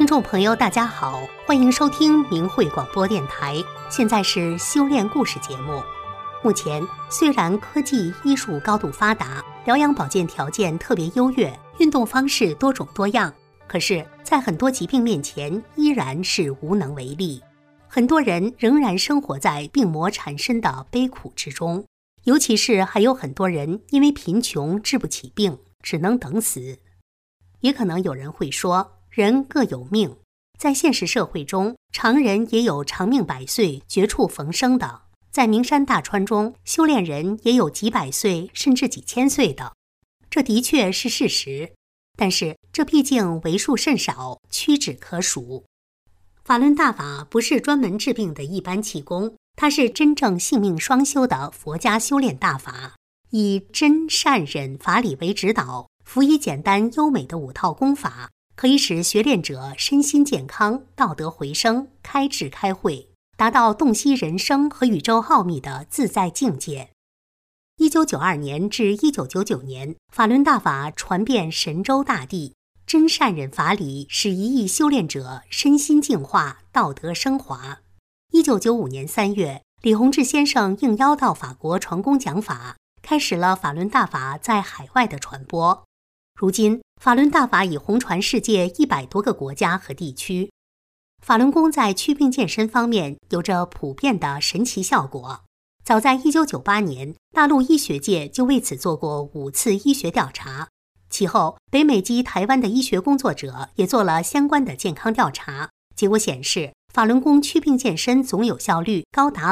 众朋友大家好，欢迎收听明慧广播电台，现在是修炼故事节目。目前虽然科技医术高度发达，疗养保健条件特别优越，运动方式多种多样，可是在很多疾病面前依然是无能为力。很多人仍然生活在病魔缠身的悲苦之中，尤其是还有很多人因为贫穷治不起病，只能等死。也可能有人会说，人各有命，在现实社会中，常人也有长命百岁、绝处逢生的，在名山大川中，修炼人也有几百岁甚至几千岁的，这的确是事实，但是这毕竟为数甚少，屈指可数。法轮大法不是专门治病的一般气功，它是真正性命双修的佛家修炼大法，以真善忍法理为指导，辅以简单优美的5套功法，可以使学练者身心健康，道德回升，开智开慧，达到洞悉人生和宇宙奥秘的自在境界。1992年至1999年，法轮大法传遍神州大地，真善忍法理使1亿修炼者身心净化，道德升华。1995年3月，李洪志先生应邀到法国传功讲法，开始了法轮大法在海外的传播。如今，法轮大法已红传世界100多个国家和地区。法轮功在祛病健身方面有着普遍的神奇效果。早在1998年，大陆医学界就为此做过5次医学调查。其后，北美及台湾的医学工作者也做了相关的健康调查，结果显示，法轮功祛病健身总有效率高达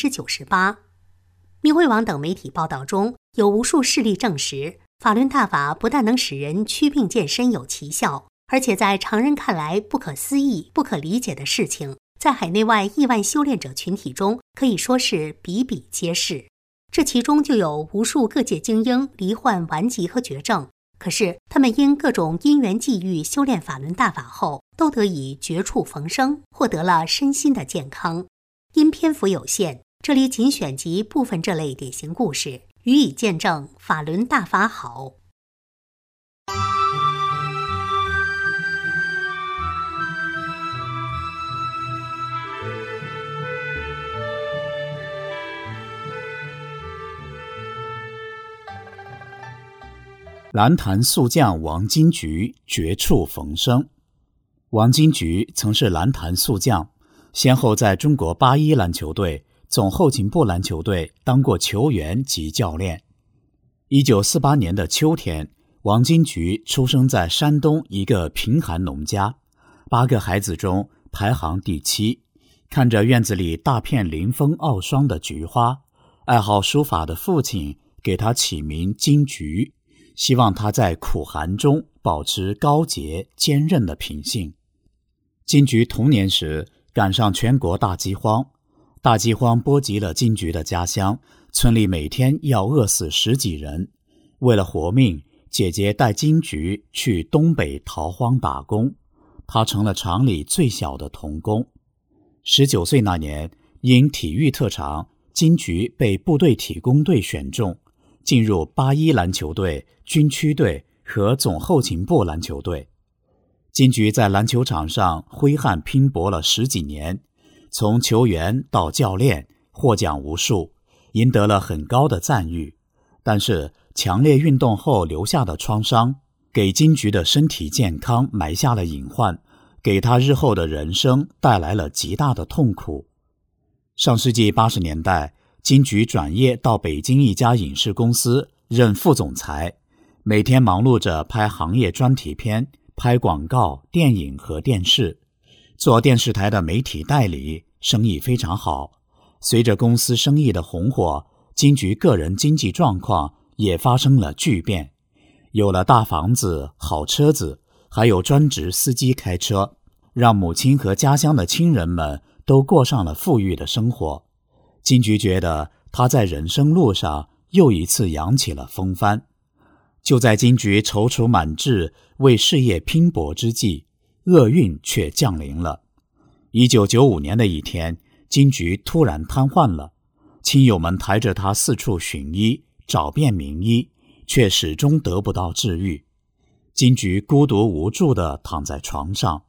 98%。明慧网等媒体报道中，有无数事例证实，法轮大法不但能使人祛病健身有奇效，而且在常人看来不可思议、不可理解的事情，在海内外亿万修炼者群体中可以说是比比皆是。这其中就有无数各界精英罹患顽疾和绝症，可是他们因各种因缘际遇修炼法轮大法后，都得以绝处逢生，获得了身心的健康。因篇幅有限，这里仅选集部分这类典型故事，予以见证法轮大法好。 蓝坛宿将王金菊绝处逢生。王金菊曾是蓝坛宿将，先后在中国81篮球队、总后勤部篮球队当过球员及教练。1948年的秋天，王金菊出生在山东一个贫寒农家，8个孩子中排行第7。看着院子里大片临风傲霜的菊花，爱好书法的父亲给他起名金菊，希望他在苦寒中保持高洁坚韧的品性。金菊童年时赶上全国大饥荒，大饥荒波及了金菊的家乡，村里每天要饿死10几人。为了活命，姐姐带金菊去东北逃荒打工，她成了厂里最小的童工。19岁那年，因体育特长，金菊被部队体工队选中，进入81篮球队、军区队和总后勤部篮球队。金菊在篮球场上挥汗拼搏了10几年，从球员到教练，获奖无数，赢得了很高的赞誉。但是强烈运动后留下的创伤，给金菊的身体健康埋下了隐患，给她日后的人生带来了极大的痛苦。上世纪80年代，金菊转业到北京一家影视公司任副总裁，每天忙碌着拍行业专题片、拍广告、电影和电视，做电视台的媒体代理，生意非常好。随着公司生意的红火，金菊个人经济状况也发生了巨变，有了大房子、好车子，还有专职司机开车，让母亲和家乡的亲人们都过上了富裕的生活。金菊觉得她在人生路上又一次扬起了风帆。就在金菊踌躇满志为事业拼搏之际，厄运却降临了。1995年的一天，金菊突然瘫痪了，亲友们抬着她四处寻医，找遍名医，却始终得不到治愈。金菊孤独无助地躺在床上，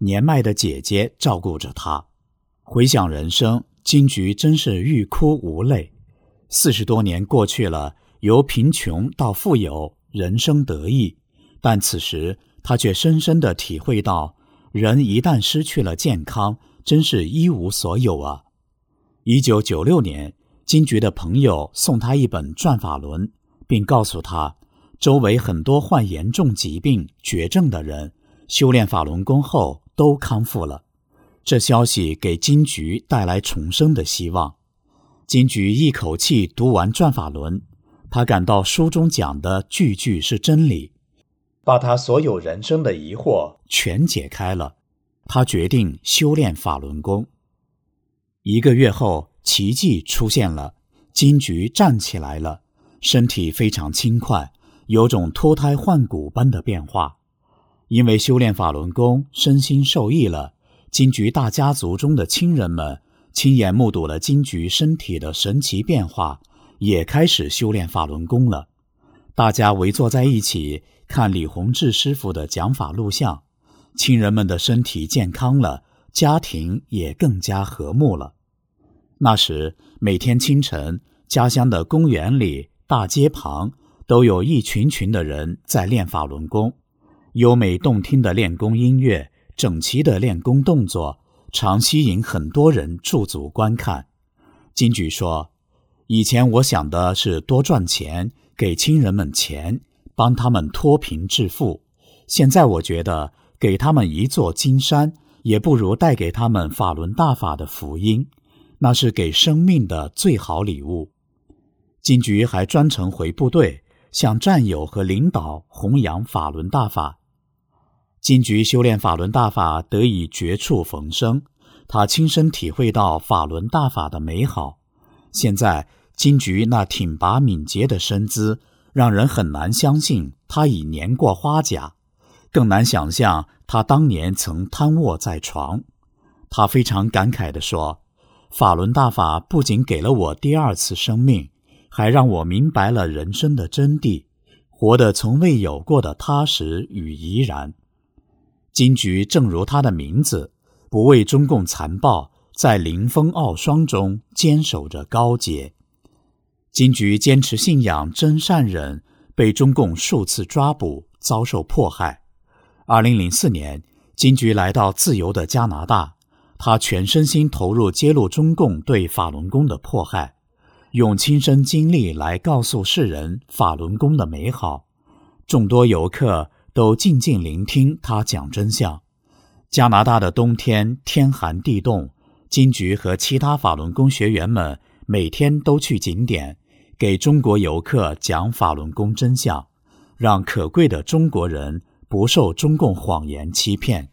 年迈的姐姐照顾着他。回想人生，金菊真是欲哭无泪。40多年过去了，由贫穷到富有，人生得意，但此时他却深深地体会到，人一旦失去了健康，真是一无所有啊。1996年，金菊的朋友送他一本转法轮，并告诉他，周围很多患严重疾病、绝症的人，修炼法轮功后都康复了。这消息给金菊带来重生的希望。金菊一口气读完转法轮，他感到书中讲的句句是真理，把他所有人生的疑惑全解开了。他决定修炼法轮功。1个月后，奇迹出现了，金菊站起来了，身体非常轻快，有种脱胎换骨般的变化。因为修炼法轮功，身心受益了，金菊大家族中的亲人们亲眼目睹了金菊身体的神奇变化，也开始修炼法轮功了。大家围坐在一起看李洪志师傅的讲法录像，亲人们的身体健康了，家庭也更加和睦了。那时每天清晨，家乡的公园里、大街旁都有一群群的人在练法轮功，优美动听的练功音乐，整齐的练功动作，常吸引很多人驻足观看。金菊说，以前我想的是多赚钱，给亲人们钱，帮他们脱贫致富，现在我觉得给他们一座金山，也不如带给他们法轮大法的福音，那是给生命的最好礼物。金菊还专程回部队，向战友和领导弘扬法轮大法。金菊修炼法轮大法得以绝处逢生，他亲身体会到法轮大法的美好。现在金菊那挺拔敏捷的身姿，让人很难相信他已年过花甲，更难想象他当年曾瘫卧在床。他非常感慨地说，法轮大法不仅给了我第2次生命，还让我明白了人生的真谛，活得从未有过的踏实与怡然。金菊正如他的名字，不为中共残暴，在凌风傲霜中坚守着高洁。金菊坚持信仰真善忍，被中共数次抓捕，遭受迫害。2004年，金菊来到自由的加拿大，他全身心投入揭露中共对法轮功的迫害，用亲身经历来告诉世人法轮功的美好。众多游客都静静聆听他讲真相。加拿大的冬天天寒地冻，金菊和其他法轮功学员们每天都去景点，给中国游客讲法轮功真相，让可贵的中国人不受中共谎言欺骗。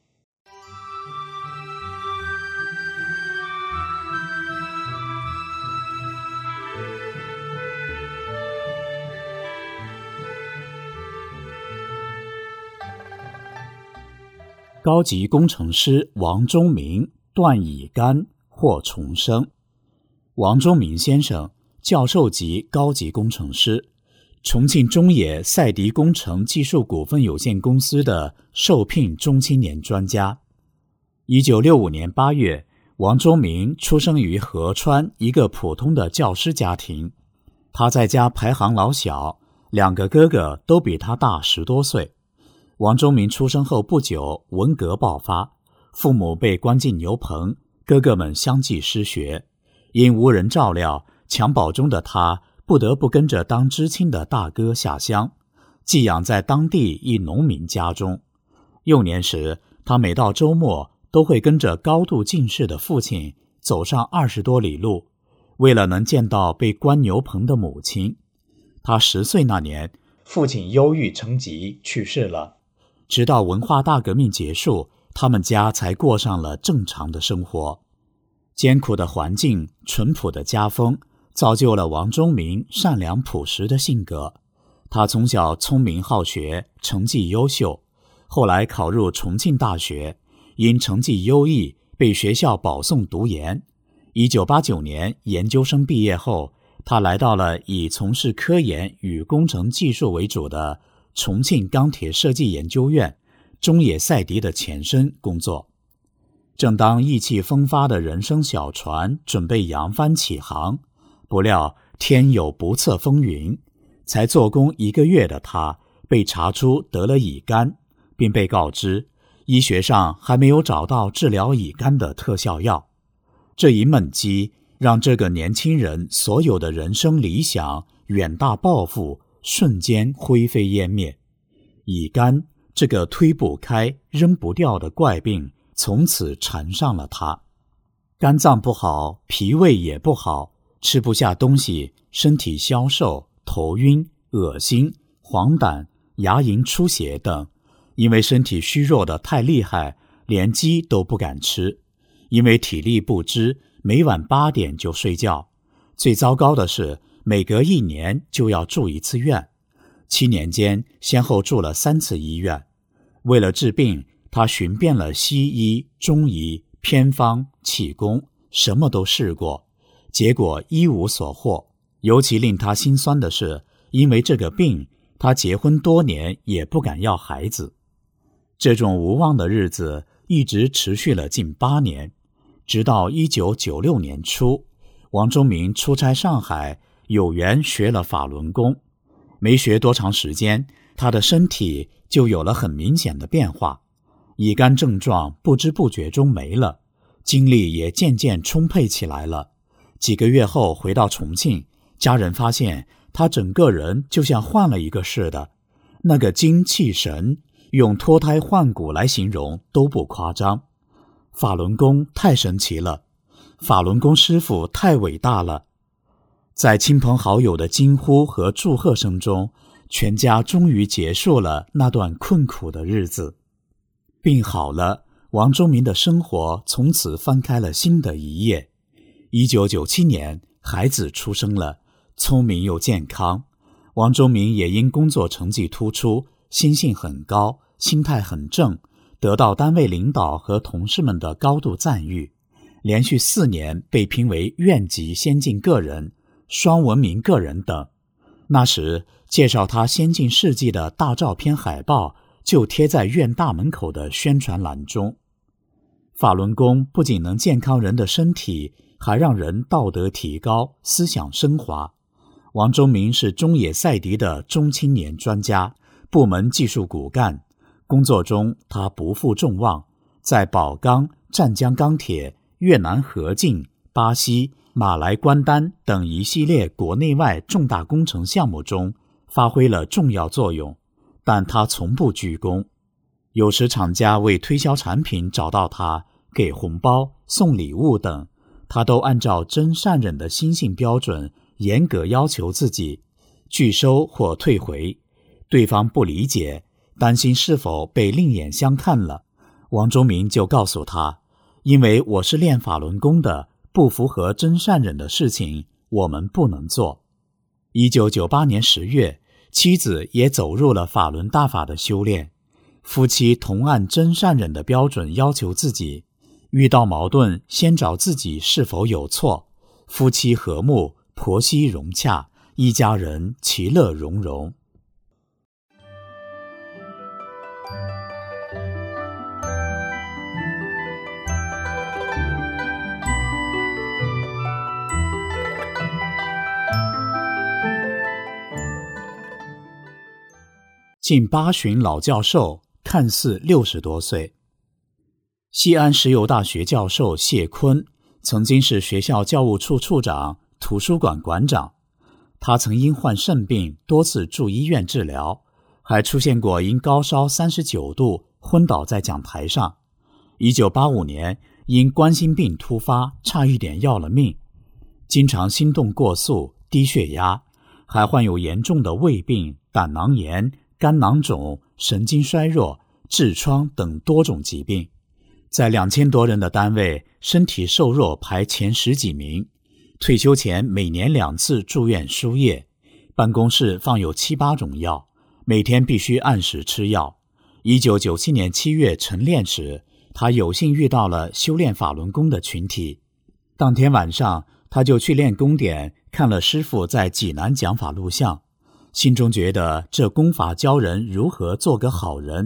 高级工程师王忠明断乙肝获重生。王忠明先生，教授级高级工程师，重庆中冶赛迪工程技术股份有限公司的受聘中青年专家。1965年8月，王忠明出生于合川一个普通的教师家庭。他在家排行老小，2个哥哥都比他大10多岁。王忠明出生后不久，文革爆发，父母被关进牛棚，哥哥们相继失学。因无人照料，襁褓中的他不得不跟着当知青的大哥下乡，寄养在当地一农民家中。幼年时，他每到周末都会跟着高度近视的父亲走上20多里路，为了能见到被关牛棚的母亲。他10岁那年，父亲忧郁成疾去世了。直到文化大革命结束，他们家才过上了正常的生活。艰苦的环境、淳朴的家风，造就了王忠明善良朴实的性格。他从小聪明好学，成绩优秀，后来考入重庆大学，因成绩优异，被学校保送读研。1989年研究生毕业后，他来到了以从事科研与工程技术为主的重庆钢铁设计研究院， 中野赛迪的前身工作。正当意气风发的人生小船准备扬帆起航，不料天有不测风云，才做工1个月的他被查出得了乙肝，并被告知医学上还没有找到治疗乙肝的特效药。这一闷击让这个年轻人所有的人生理想、远大抱负瞬间灰飞烟灭。乙肝这个推不开、扔不掉的怪病从此缠上了他。肝脏不好，脾胃也不好，吃不下东西，身体消瘦、头晕、恶心、黄疸、牙龈出血等。因为身体虚弱的太厉害，连鸡都不敢吃。因为体力不支，每晚8点就睡觉。最糟糕的是，每隔1年就要住1次院。7年间，先后住了3次医院。为了治病，他寻遍了西医、中医、偏方、气功，什么都试过，结果一无所获。尤其令他心酸的是，因为这个病，他结婚多年也不敢要孩子。这种无望的日子一直持续了近8年，直到1996年初，王忠明出差上海，有缘学了法轮功。没学多长时间，他的身体就有了很明显的变化，乙肝症状不知不觉中没了，精力也渐渐充沛起来了。几个月后回到重庆，家人发现他整个人就像换了一个似的，那个精气神用脱胎换骨来形容都不夸张。法轮功太神奇了，法轮功师傅太伟大了。在亲朋好友的惊呼和祝贺声中，全家终于结束了那段困苦的日子。病好了，王忠明的生活从此翻开了新的一页。1997年，孩子出生了，聪明又健康。王忠明也因工作成绩突出，心性很高，心态很正，得到单位领导和同事们的高度赞誉，连续4年被评为院级先进个人、双文明个人等。那时介绍他先进事迹的大照片海报就贴在院大门口的宣传栏中。法轮功不仅能健康人的身体，还让人道德提高，思想升华。王忠明是中野赛迪的中青年专家，部门技术骨干。工作中他不负众望，在宝钢、湛江钢铁、越南河静、巴西、马来关丹等一系列国内外重大工程项目中发挥了重要作用，但他从不居功。有时厂家为推销产品找到他，给红包、送礼物等，他都按照真善忍的心性标准严格要求自己，拒收或退回。对方不理解，担心是否被另眼相看了，王忠明就告诉他，因为我是练法轮功的，不符合真善忍的事情我们不能做。1998年10月，妻子也走入了法轮大法的修炼，夫妻同按真善忍的标准要求自己，遇到矛盾先找自己是否有错，夫妻和睦，婆媳融洽，一家人其乐融融。近八旬老教授，看似60多岁。西安石油大学教授谢坤曾经是学校教务处处长、图书馆馆长。他曾因患肾病多次住医院治疗，还出现过因高烧39度昏倒在讲台上。1985年因冠心病突发，差一点要了命。经常心动过速、低血压，还患有严重的胃病、胆囊炎、肝囊肿、神经衰弱、痔疮等多种疾病，在2000多人的单位，身体瘦弱排前10几名。退休前每年2次住院输液，办公室放有7、8种药，每天必须按时吃药。1997年7月晨练时，他有幸遇到了修炼法轮功的群体。当天晚上，他就去练功点看了师父在济南讲法录像，心中觉得这功法教人如何做个好人，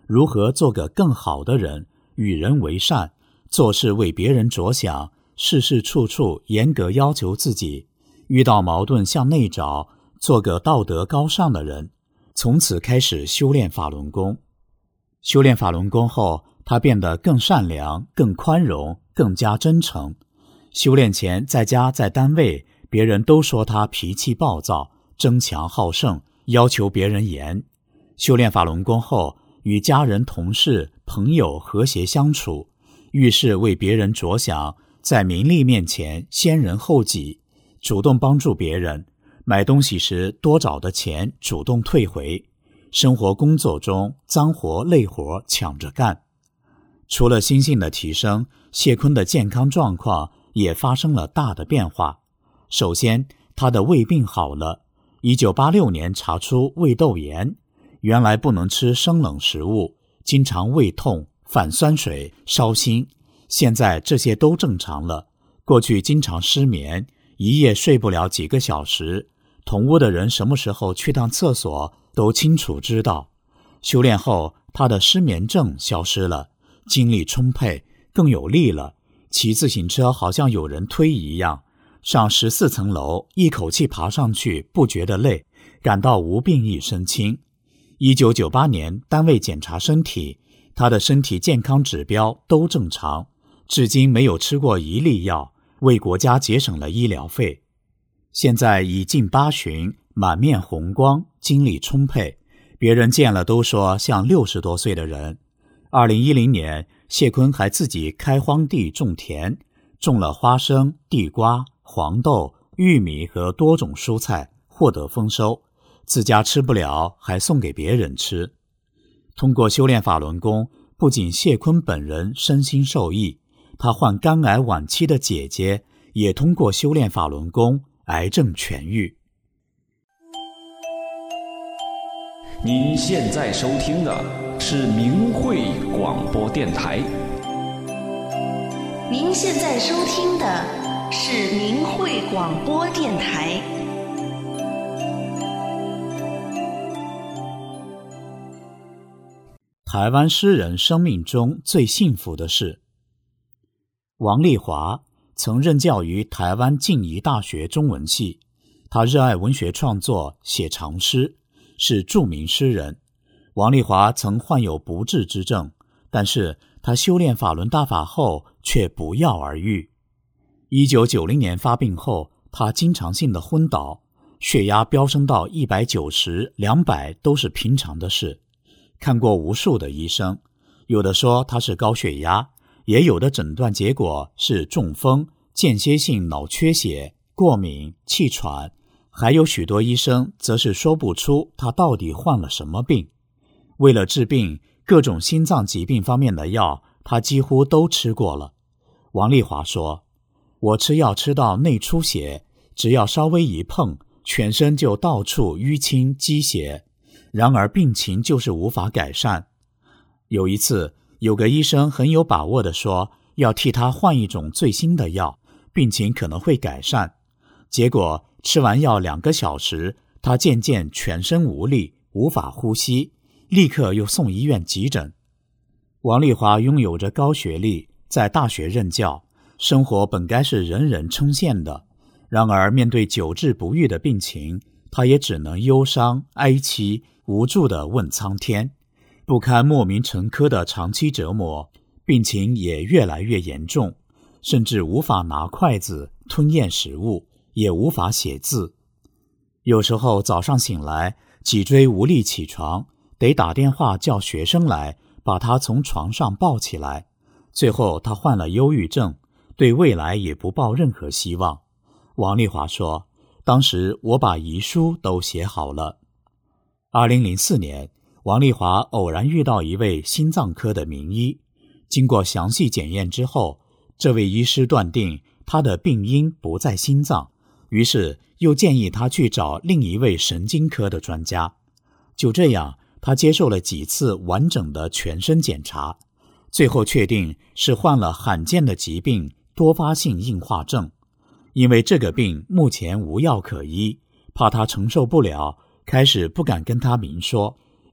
如何做个更好的人，与人为善，做事为别人着想，事事处处严格要求自己，遇到矛盾向内找，做个道德高尚的人。从此开始修炼法轮功。修炼法轮功后，他变得更善良、更宽容、更加真诚。修炼前在家在单位，别人都说他脾气暴躁，争强好胜，要求别人严。修炼法轮功后，与家人、同事、朋友和谐相处，遇事为别人着想，在名利面前先人后己，主动帮助别人，买东西时多找的钱主动退回，生活工作中脏活累活抢着干。除了心性的提升，谢坤的健康状况也发生了大的变化。首先，他的胃病好了。1986年查出胃窦炎，原来不能吃生冷食物，经常胃痛、反酸水、烧心，现在这些都正常了。过去经常失眠，一夜睡不了几个小时，同屋的人什么时候去趟厕所都清楚知道。修炼后，他的失眠症消失了，精力充沛，更有力了，骑自行车好像有人推一样，上14层楼一口气爬上去不觉得累，感到无病一身轻。1998年单位检查身体，他的身体健康指标都正常，至今没有吃过一粒药，为国家节省了医疗费。现在已近8旬，满面红光，精力充沛，别人见了都说像60多岁的人。2010年，谢坤还自己开荒地种田，种了花生、地瓜、黄豆、玉米和多种蔬菜，获得丰收，自家吃不了，还送给别人吃。通过修炼法轮功，不仅谢坤本人身心受益，他患肝癌晚期的姐姐也通过修炼法轮功，癌症痊愈。 您现在收听的是明慧广播电台。 您现在收听的是明慧广播电台。 台湾诗人生命中最幸福的事。王丽华曾任教于台湾静宜大学中文系，他热爱文学创作，写长诗，是著名诗人。王丽华曾患有不治之症，但是他修炼法轮大法后却不药而愈。1990年发病后，他经常性的昏倒，血压飙升到190、200都是平常的事。看过无数的医生，有的说他是高血压，也有的诊断结果是中风、间歇性脑缺血、过敏、气喘，还有许多医生则是说不出他到底患了什么病。为了治病，各种心脏疾病方面的药他几乎都吃过了。王丽华说，我吃药吃到内出血，只要稍微一碰，全身就到处淤青积血，然而病情就是无法改善。有一次，有个医生很有把握地说，要替他换一种最新的药，病情可能会改善。结果吃完药2个小时，他渐渐全身无力，无法呼吸，立刻又送医院急诊。王丽华拥有着高学历，在大学任教，生活本该是人人称羡的，然而面对久治不愈的病情，他也只能忧伤哀戚，无助地问苍天。不堪莫名沉疴的长期折磨，病情也越来越严重，甚至无法拿筷子吞咽食物，也无法写字。有时候早上醒来，脊椎无力起床，得打电话叫学生来把他从床上抱起来。最后他患了忧郁症，对未来也不抱任何希望。王丽华说，当时我把遗书都写好了。2004年，王丽华偶然遇到一位心脏科的名医，经过详细检验之后，这位医师断定他的病因不在心脏，于是又建议他去找另一位神经科的专家。就这样，他接受了几次完整的全身检查，最后确定是患了罕见的疾病多发性硬化症。因为这个病目前无药可医，怕他承受不了，开始不敢跟他明说，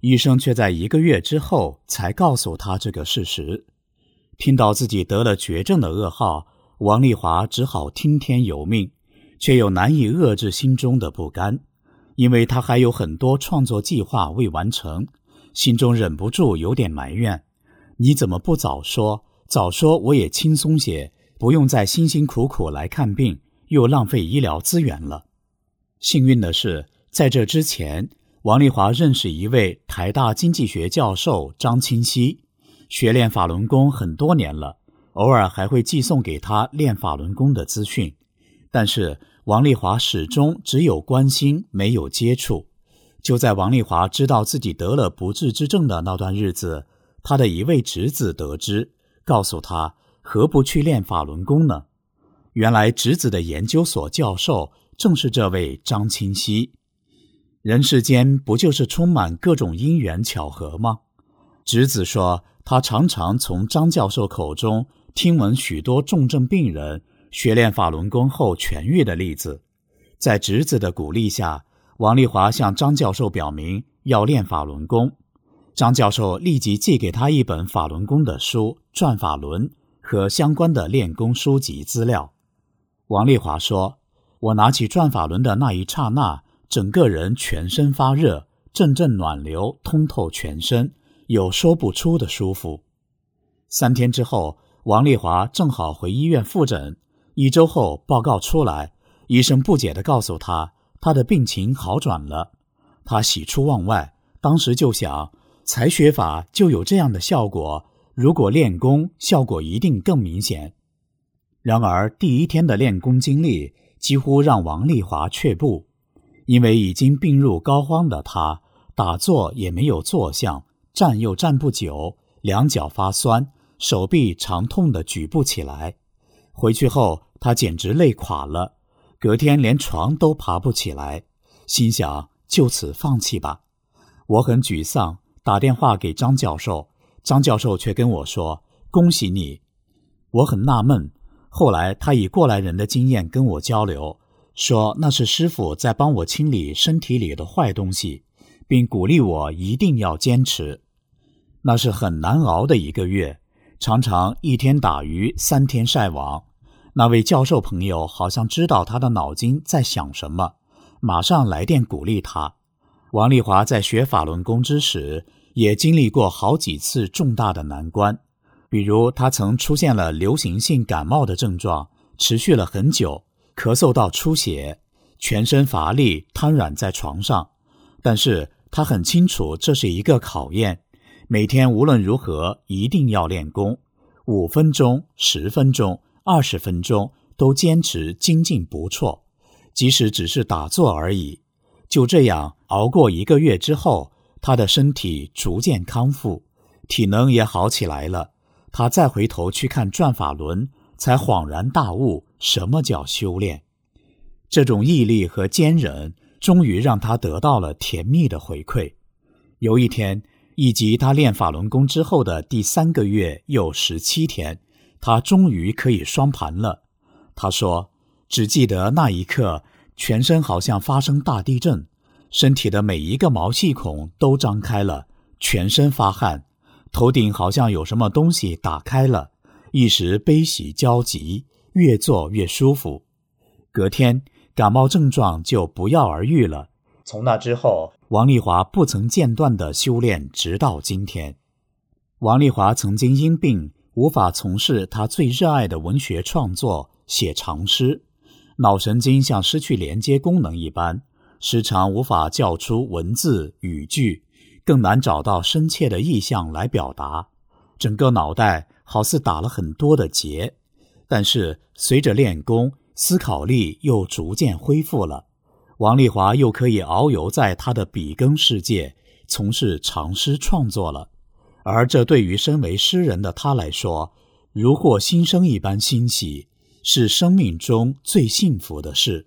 医生却在1个月之后才告诉他这个事实。听到自己得了绝症的噩耗，王丽华只好听天由命，却又难以遏制心中的不甘，因为他还有很多创作计划未完成，心中忍不住有点埋怨，你怎么不早说？早说我也轻松些，不用再辛辛苦苦来看病，又浪费医疗资源了。幸运的是，在这之前，王丽华认识一位台大经济学教授张清溪，学练法轮功很多年了，偶尔还会寄送给他练法轮功的资讯。但是王丽华始终只有关心，没有接触。就在王丽华知道自己得了不治之症的那段日子，他的一位侄子得知，告诉他何不去练法轮功呢？原来侄子的研究所教授正是这位张清溪。人世间不就是充满各种因缘巧合吗？侄子说，他常常从张教授口中听闻许多重症病人学练法轮功后痊愈的例子。在侄子的鼓励下，王丽华向张教授表明要练法轮功。张教授立即寄给他一本法轮功的书《转法轮》和相关的练功书籍资料。王丽华说，我拿起转法轮的那一刹那，整个人全身发热，阵阵暖流通透全身，有说不出的舒服。3天之后，王丽华正好回医院复诊，1周后报告出来，医生不解地告诉他，他的病情好转了。他喜出望外，当时就想，才学法就有这样的效果，如果练功，效果一定更明显。然而第1天的练功经历几乎让王丽华却步，因为已经病入膏肓的他，打坐也没有坐相，站又站不久，两脚发酸，手臂常痛得举不起来。回去后他简直累垮了，隔天连床都爬不起来，心想就此放弃吧。我很沮丧，打电话给张教授，张教授却跟我说，恭喜你。我很纳闷，后来他以过来人的经验跟我交流，说那是师父在帮我清理身体里的坏东西，并鼓励我一定要坚持。那是很难熬的1个月，常常1天打鱼3天晒网。那位教授朋友好像知道他的脑筋在想什么，马上来电鼓励他。王丽华在学法轮功之时，也经历过好几次重大的难关，比如他曾出现了流行性感冒的症状，持续了很久，咳嗽到出血，全身乏力，瘫软在床上。但是他很清楚这是一个考验，每天无论如何一定要练功，5分钟、10分钟、20分钟都坚持精进不辍，即使只是打坐而已。就这样熬过1个月之后，他的身体逐渐康复，体能也好起来了。他再回头去看转法轮，才恍然大悟什么叫修炼。这种毅力和坚忍终于让他得到了甜蜜的回馈。有一天，以及他练法轮功之后的第3个月又17天，他终于可以双盘了。他说，只记得那一刻，全身好像发生大地震，身体的每一个毛细孔都张开了，全身发汗，头顶好像有什么东西打开了，一时悲喜交集，越做越舒服。隔天，感冒症状就不药而愈了。从那之后，王丽华不曾间断地修炼，直到今天。王丽华曾经因病无法从事他最热爱的文学创作，写长诗，脑神经像失去连接功能一般，时常无法叫出文字语句，更难找到深切的意象来表达，整个脑袋好似打了很多的结。但是随着练功，思考力又逐渐恢复了，王丽华又可以遨游在他的笔耕世界，从事长诗创作了。而这对于身为诗人的他来说，如获新生一般欣喜，是生命中最幸福的事。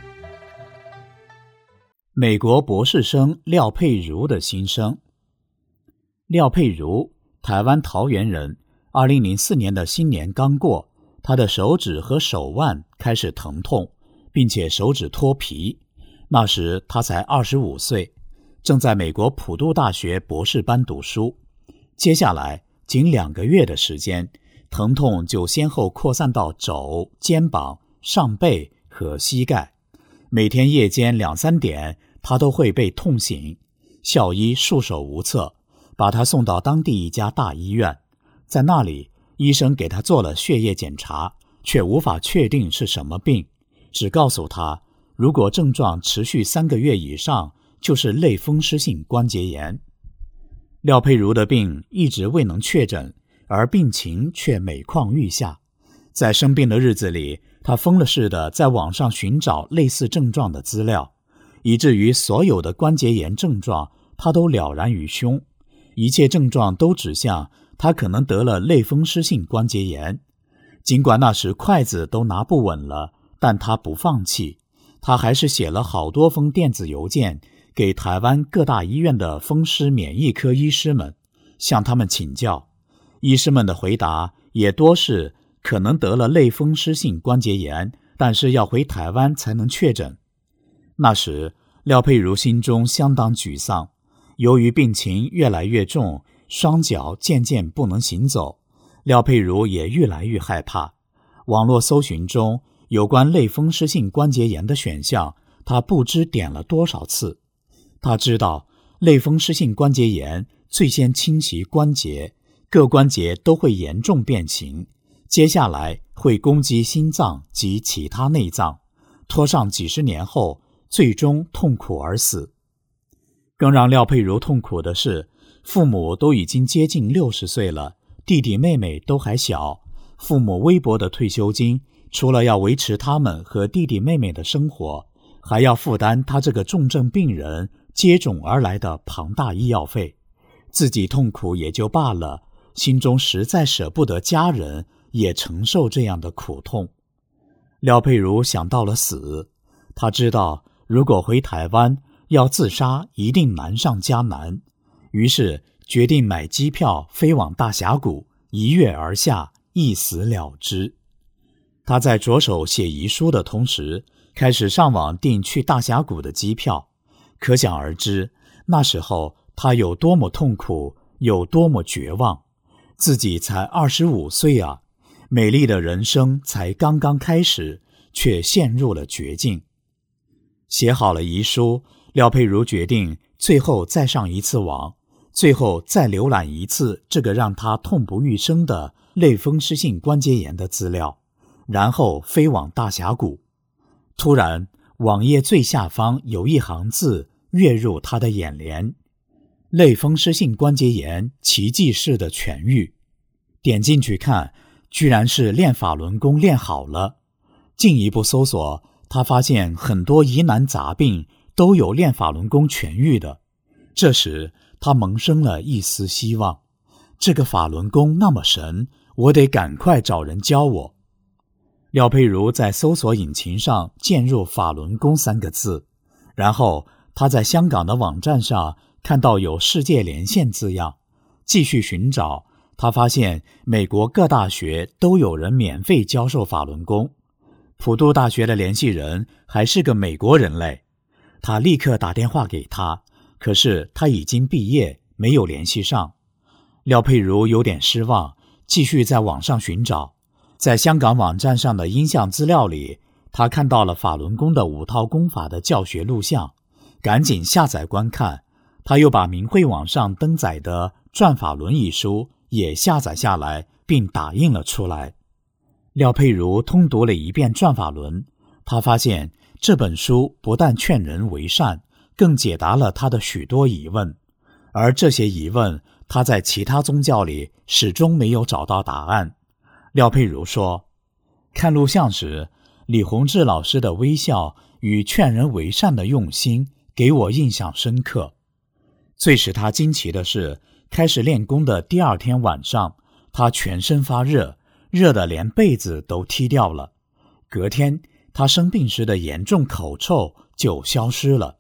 美国博士生廖佩如的心声。 廖佩如，台湾桃园人，2004年的新年刚过，他的手指和手腕开始疼痛，并且手指脱皮。那时他才25岁，正在美国普渡大学博士班读书。接下来仅2个月的时间，疼痛就先后扩散到肘、肩膀、上背和膝盖。每天夜间2、3点，他都会被痛醒，校医束手无策，把他送到当地一家大医院。在那里，医生给他做了血液检查，却无法确定是什么病，只告诉他，如果症状持续3个月以上，就是类风湿性关节炎。廖佩如的病一直未能确诊，而病情却每况愈下。在生病的日子里，他疯了似的在网上寻找类似症状的资料，以至于所有的关节炎症状他都了然于胸，一切症状都指向他可能得了类风湿性关节炎。尽管那时筷子都拿不稳了，但他不放弃，他还是写了好多封电子邮件给台湾各大医院的风湿免疫科医师们，向他们请教。医师们的回答也多是可能得了类风湿性关节炎，但是要回台湾才能确诊。那时廖佩如心中相当沮丧，由于病情越来越重，双脚渐渐不能行走，廖佩如也越来越害怕。网络搜寻中有关类风湿性关节炎的选项，他不知点了多少次。他知道类风湿性关节炎最先侵袭关节，各关节都会严重变形，接下来会攻击心脏及其他内脏，拖上几十年后，最终痛苦而死。更让廖佩如痛苦的是，父母都已经接近60岁了，弟弟妹妹都还小，父母微薄的退休金，除了要维持他们和弟弟妹妹的生活，还要负担他这个重症病人接踵而来的庞大医药费。自己痛苦也就罢了，心中实在舍不得家人也承受这样的苦痛。廖佩如想到了死，他知道如果回台湾要自杀一定难上加难，于是决定买机票飞往大峡谷，一跃而下，一死了之。他在着手写遗书的同时，开始上网订去大峡谷的机票。可想而知，那时候他有多么痛苦，有多么绝望。自己才25岁啊，美丽的人生才刚刚开始，却陷入了绝境。写好了遗书，廖佩如决定最后再上一次网，最后再浏览一次这个让他痛不欲生的类风湿性关节炎的资料，然后飞往大峡谷。突然，网页最下方有一行字跃入他的眼帘：类风湿性关节炎奇迹式的痊愈。点进去看，居然是练法轮功练好了。进一步搜索，他发现很多疑难杂病都有练法轮功痊愈的。这时他萌生了一丝希望，这个法轮功那么神，我得赶快找人教我。廖佩如在搜索引擎上键入法轮功3个字，然后他在香港的网站上看到有世界连线字样，继续寻找，他发现美国各大学都有人免费教授法轮功。普渡大学的联系人还是个美国人类，他立刻打电话给他，可是他已经毕业，没有联系上。廖佩如有点失望，继续在网上寻找。在香港网站上的音像资料里，他看到了法轮功的5套功法的教学录像，赶紧下载观看。他又把明慧网上登载的《转法轮》一书也下载下来，并打印了出来。廖佩如通读了一遍《转法轮》，他发现这本书不但劝人为善，更解答了他的许多疑问，而这些疑问他在其他宗教里始终没有找到答案。廖佩如说，看录像时，李洪志老师的微笑与劝人为善的用心给我印象深刻。最使他惊奇的是，开始练功的第2天晚上，他全身发热，热得连被子都踢掉了。隔天，他生病时的严重口臭就消失了，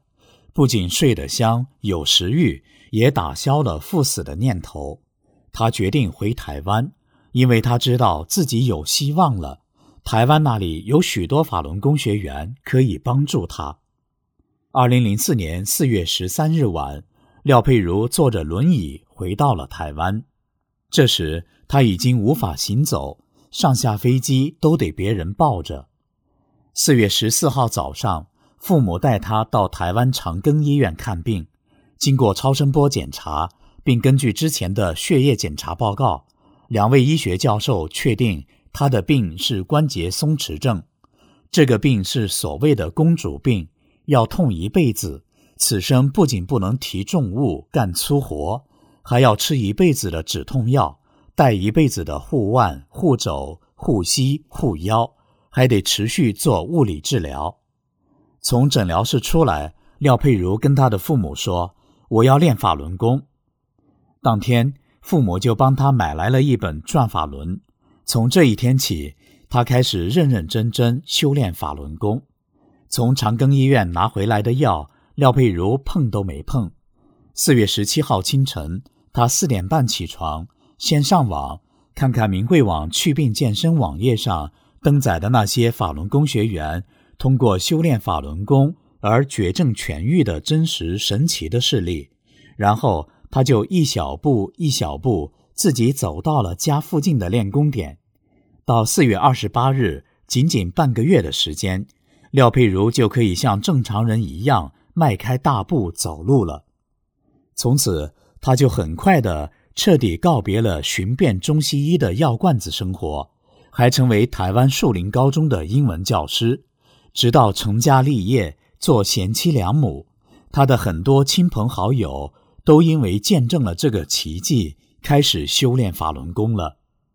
不仅睡得香，有食欲，也打消了赴死的念头。他决定回台湾，因为他知道自己有希望了。台湾那里有许多法轮功学员可以帮助他。2004年4月13日晚，廖佩如坐着轮椅回到了台湾。这时他已经无法行走，上下飞机都得别人抱着。4月14号早上，父母带他到台湾长庚医院看病，经过超声波检查，并根据之前的血液检查报告，2位医学教授确定他的病是关节松弛症。这个病是所谓的公主病，要痛一辈子，此生不仅不能提重物干粗活，还要吃一辈子的止痛药，戴一辈子的护腕、护肘、护膝、护腰，还得持续做物理治疗。从诊疗室出来，廖佩如跟他的父母说，我要练法轮功。当天父母就帮他买来了一本转法轮。从这一天起，他开始认认真真修炼法轮功。从长庚医院拿回来的药，廖佩如碰都没碰。4月17号清晨，他4点半起床，先上网看看明慧网祛病健身网页上登载的那些法轮功学员通过修炼法轮功而绝症痊愈的真实神奇的事例。然后他就一小步一小步自己走到了家附近的练功点。到4月28日，仅仅半个月的时间，廖佩如就可以像正常人一样迈开大步走路了。从此他就很快地彻底告别了寻遍中西医的药罐子生活，还成为台湾树林高中的英文教师，直到成家立业，做贤妻良母。他的很多亲朋好友都因为见证了这个奇迹，开始修炼法轮功了。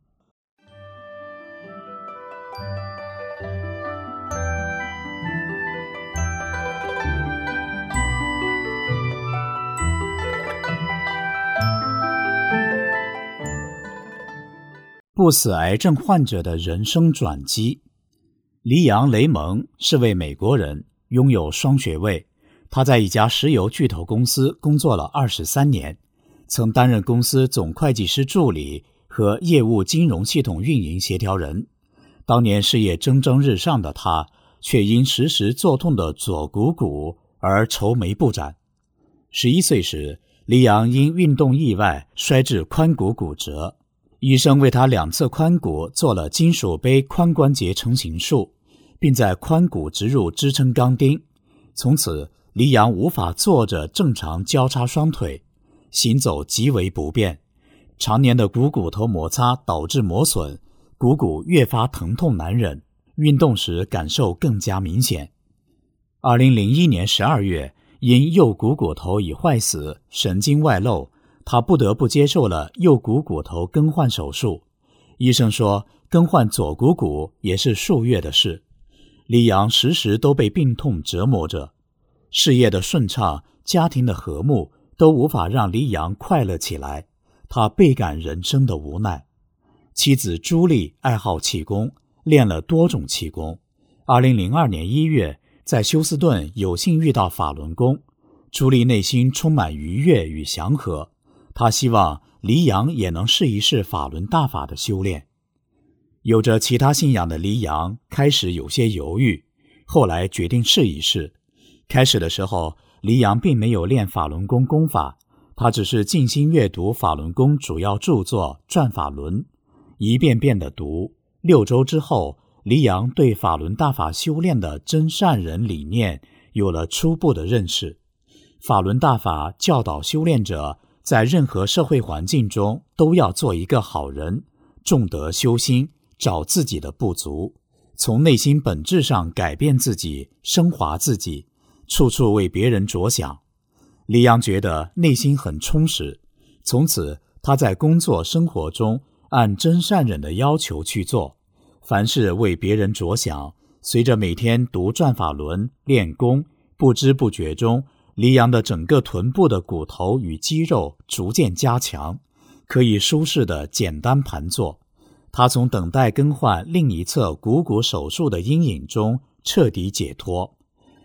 不死癌症患者的人生转机。黎扬·雷蒙是位美国人，拥有双学位。他在一家石油巨头公司工作了23年，曾担任公司总会计师助理和业务金融系统运营协调人。当年事业蒸蒸日上的他，却因时时作痛的左股骨而愁眉不展。11岁时，黎扬因运动意外摔至髋骨骨折，医生为他2侧髋骨做了金属杯髋关节成型术，并在髋骨植入支撑钢钉。从此黎扬无法坐着正常交叉双腿，行走极为不便，常年的股头摩擦导致磨损，股骨越发疼痛难忍，运动时感受更加明显。2001年12月，因右股骨头已坏死，神经外露，他不得不接受了右股骨头更换手术。医生说，更换左股骨也是数月的事。黎扬时时都被病痛折磨着，事业的顺畅，家庭的和睦，都无法让黎扬快乐起来。他倍感人生的无奈。妻子朱莉爱好气功，练了多种气功。2002年1月，在休斯顿有幸遇到法轮功，朱莉内心充满愉悦与祥和。他希望黎扬也能试一试法轮大法的修炼。有着其他信仰的黎扬开始有些犹豫，后来决定试一试。开始的时候，黎扬并没有练法轮功功法，他只是静心阅读法轮功主要著作《转法轮》，一遍遍地读。6周之后，黎扬对法轮大法修炼的真善人理念有了初步的认识。法轮大法教导修炼者在任何社会环境中都要做一个好人，重德修心，找自己的不足，从内心本质上改变自己，升华自己，处处为别人着想。黎扬觉得内心很充实，从此他在工作生活中按真善忍的要求去做，凡事为别人着想。随着每天读转法轮练功，不知不觉中，黎扬的整个臀部的骨头与肌肉逐渐加强，可以舒适的简单盘坐。他从等待更换另一侧股骨手术的阴影中彻底解脱。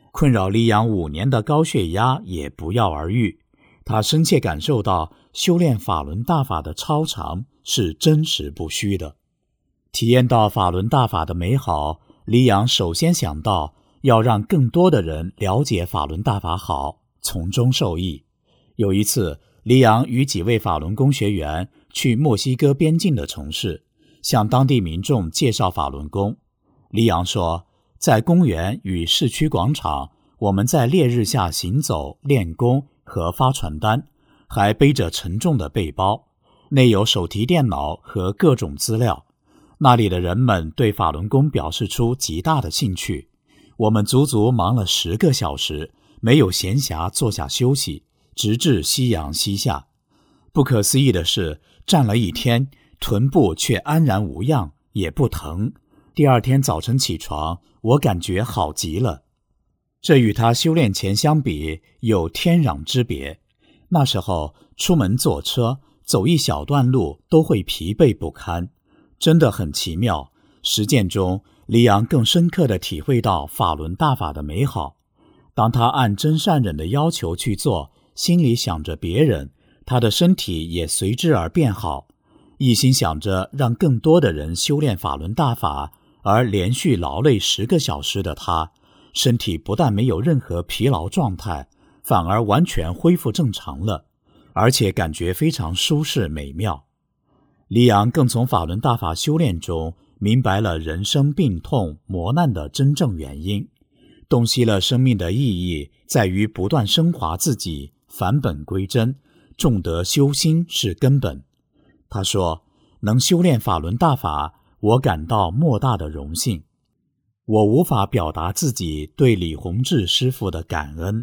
困扰黎阳5年的高血压也不药而愈。他深切感受到修炼法轮大法的超常是真实不虚的。体验到法轮大法的美好，黎阳首先想到要让更多的人了解法轮大法好，从中受益。有一次，黎阳与几位法轮功学员去墨西哥边境的城市，向当地民众介绍法轮功。黎阳说，在公园与市区广场，我们在烈日下行走、练功和发传单，还背着沉重的背包，内有手提电脑和各种资料。那里的人们对法轮功表示出极大的兴趣。我们足足忙了10个小时，没有闲暇坐下休息，直至夕阳西下。不可思议的是，站了一天，臀部却安然无恙，也不疼。第2天早晨起床，我感觉好极了。这与他修炼前相比，有天壤之别。那时候出门坐车，走一小段路都会疲惫不堪，真的很奇妙。实践中，黎阳更深刻地体会到法轮大法的美好。当他按真善忍的要求去做，心里想着别人，他的身体也随之而变好。一心想着让更多的人修炼法轮大法，而连续劳累10个小时的他，身体不但没有任何疲劳状态，反而完全恢复正常了，而且感觉非常舒适美妙。黎阳更从法轮大法修炼中明白了人生病痛磨难的真正原因，洞悉了生命的意义在于不断升华自己，返本归真，重德修心是根本。他说，能修炼法轮大法，我感到莫大的荣幸。我无法表达自己对李洪志师父的感恩。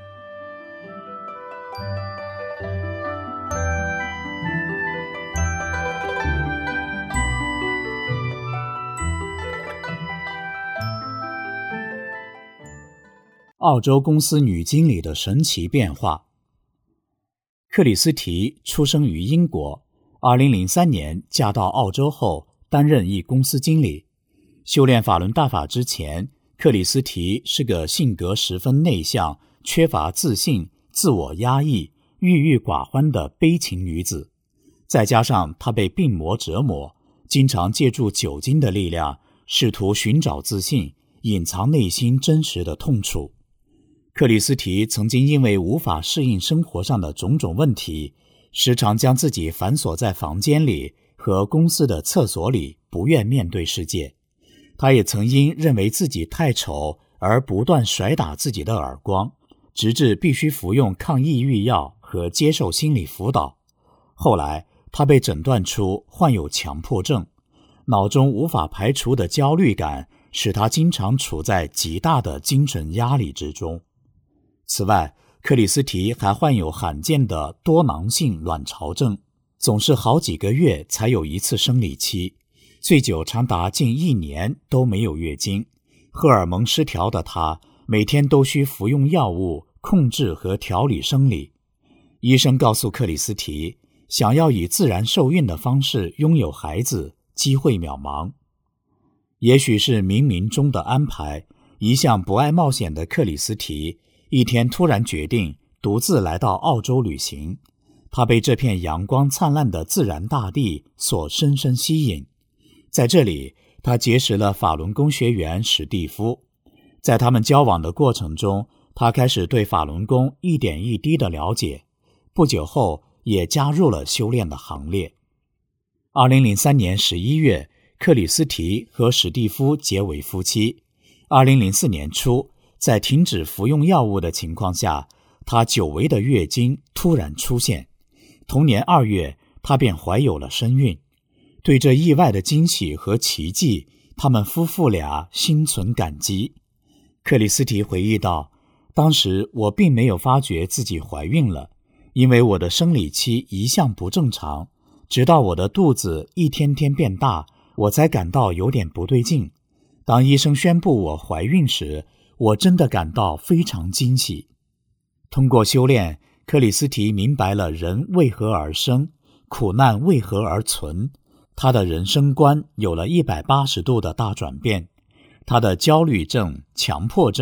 澳洲公司女经理的神奇变化。克里斯提出生于英国，2003年嫁到澳洲后担任一公司经理。修炼法轮大法之前，克里斯提是个性格十分内向、缺乏自信、自我压抑、郁郁寡欢的悲情女子。再加上她被病魔折磨，经常借助酒精的力量，试图寻找自信，隐藏内心真实的痛楚。克里斯提曾经因为无法适应生活上的种种问题，时常将自己反锁在房间里和公司的厕所里，不愿面对世界。他也曾因认为自己太丑而不断甩打自己的耳光，直至必须服用抗抑郁药和接受心理辅导。后来他被诊断出患有强迫症，脑中无法排除的焦虑感使他经常处在极大的精神压力之中。此外，克里斯提还患有罕见的多囊性卵巢症，总是好几个月才有一次生理期，最久长达近1年都没有月经。荷尔蒙失调的她每天都需服用药物控制和调理生理。医生告诉克里斯提，想要以自然受孕的方式拥有孩子，机会渺茫。也许是冥冥中的安排，一向不爱冒险的克里斯提一天突然决定独自来到澳洲旅行。他被这片阳光灿烂的自然大地所深深吸引。在这里，他结识了法轮功学员史蒂夫。在他们交往的过程中，他开始对法轮功一点一滴的了解，不久后也加入了修炼的行列。2003年11月，克里斯提和史蒂夫结为夫妻。2004年初，在停止服用药物的情况下，她久违的月经突然出现。同年2月，她便怀有了身孕。对这意外的惊喜和奇迹，他们夫妇俩心存感激。克里斯提回忆道，当时我并没有发觉自己怀孕了，因为我的生理期一向不正常，直到我的肚子一天天变大，我才感到有点不对劲。当医生宣布我怀孕时，我真的感到非常惊喜。通过修炼，克里斯提明白了人为何而生，苦难为何而存。他的人生观有了180度的大转变，他的焦虑症、强迫症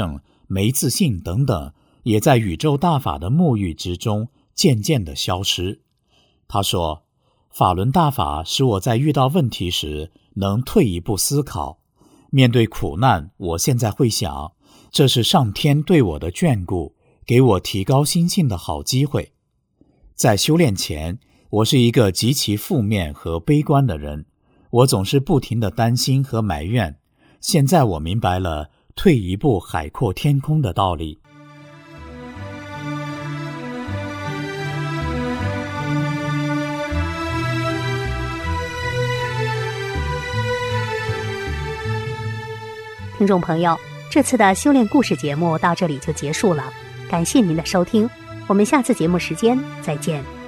没自信等等，也在宇宙大法的沐浴之中渐渐地消失。他说，法轮大法使我在遇到问题时能退一步思考，面对苦难，我现在会想，这是上天对我的眷顾，给我提高心性的好机会。在修炼前，我是一个极其负面和悲观的人，我总是不停地担心和埋怨。现在我明白了退一步海阔天空的道理。 听众朋友，这次的修炼故事节目到这里就结束了，感谢您的收听，我们下次节目时间再见。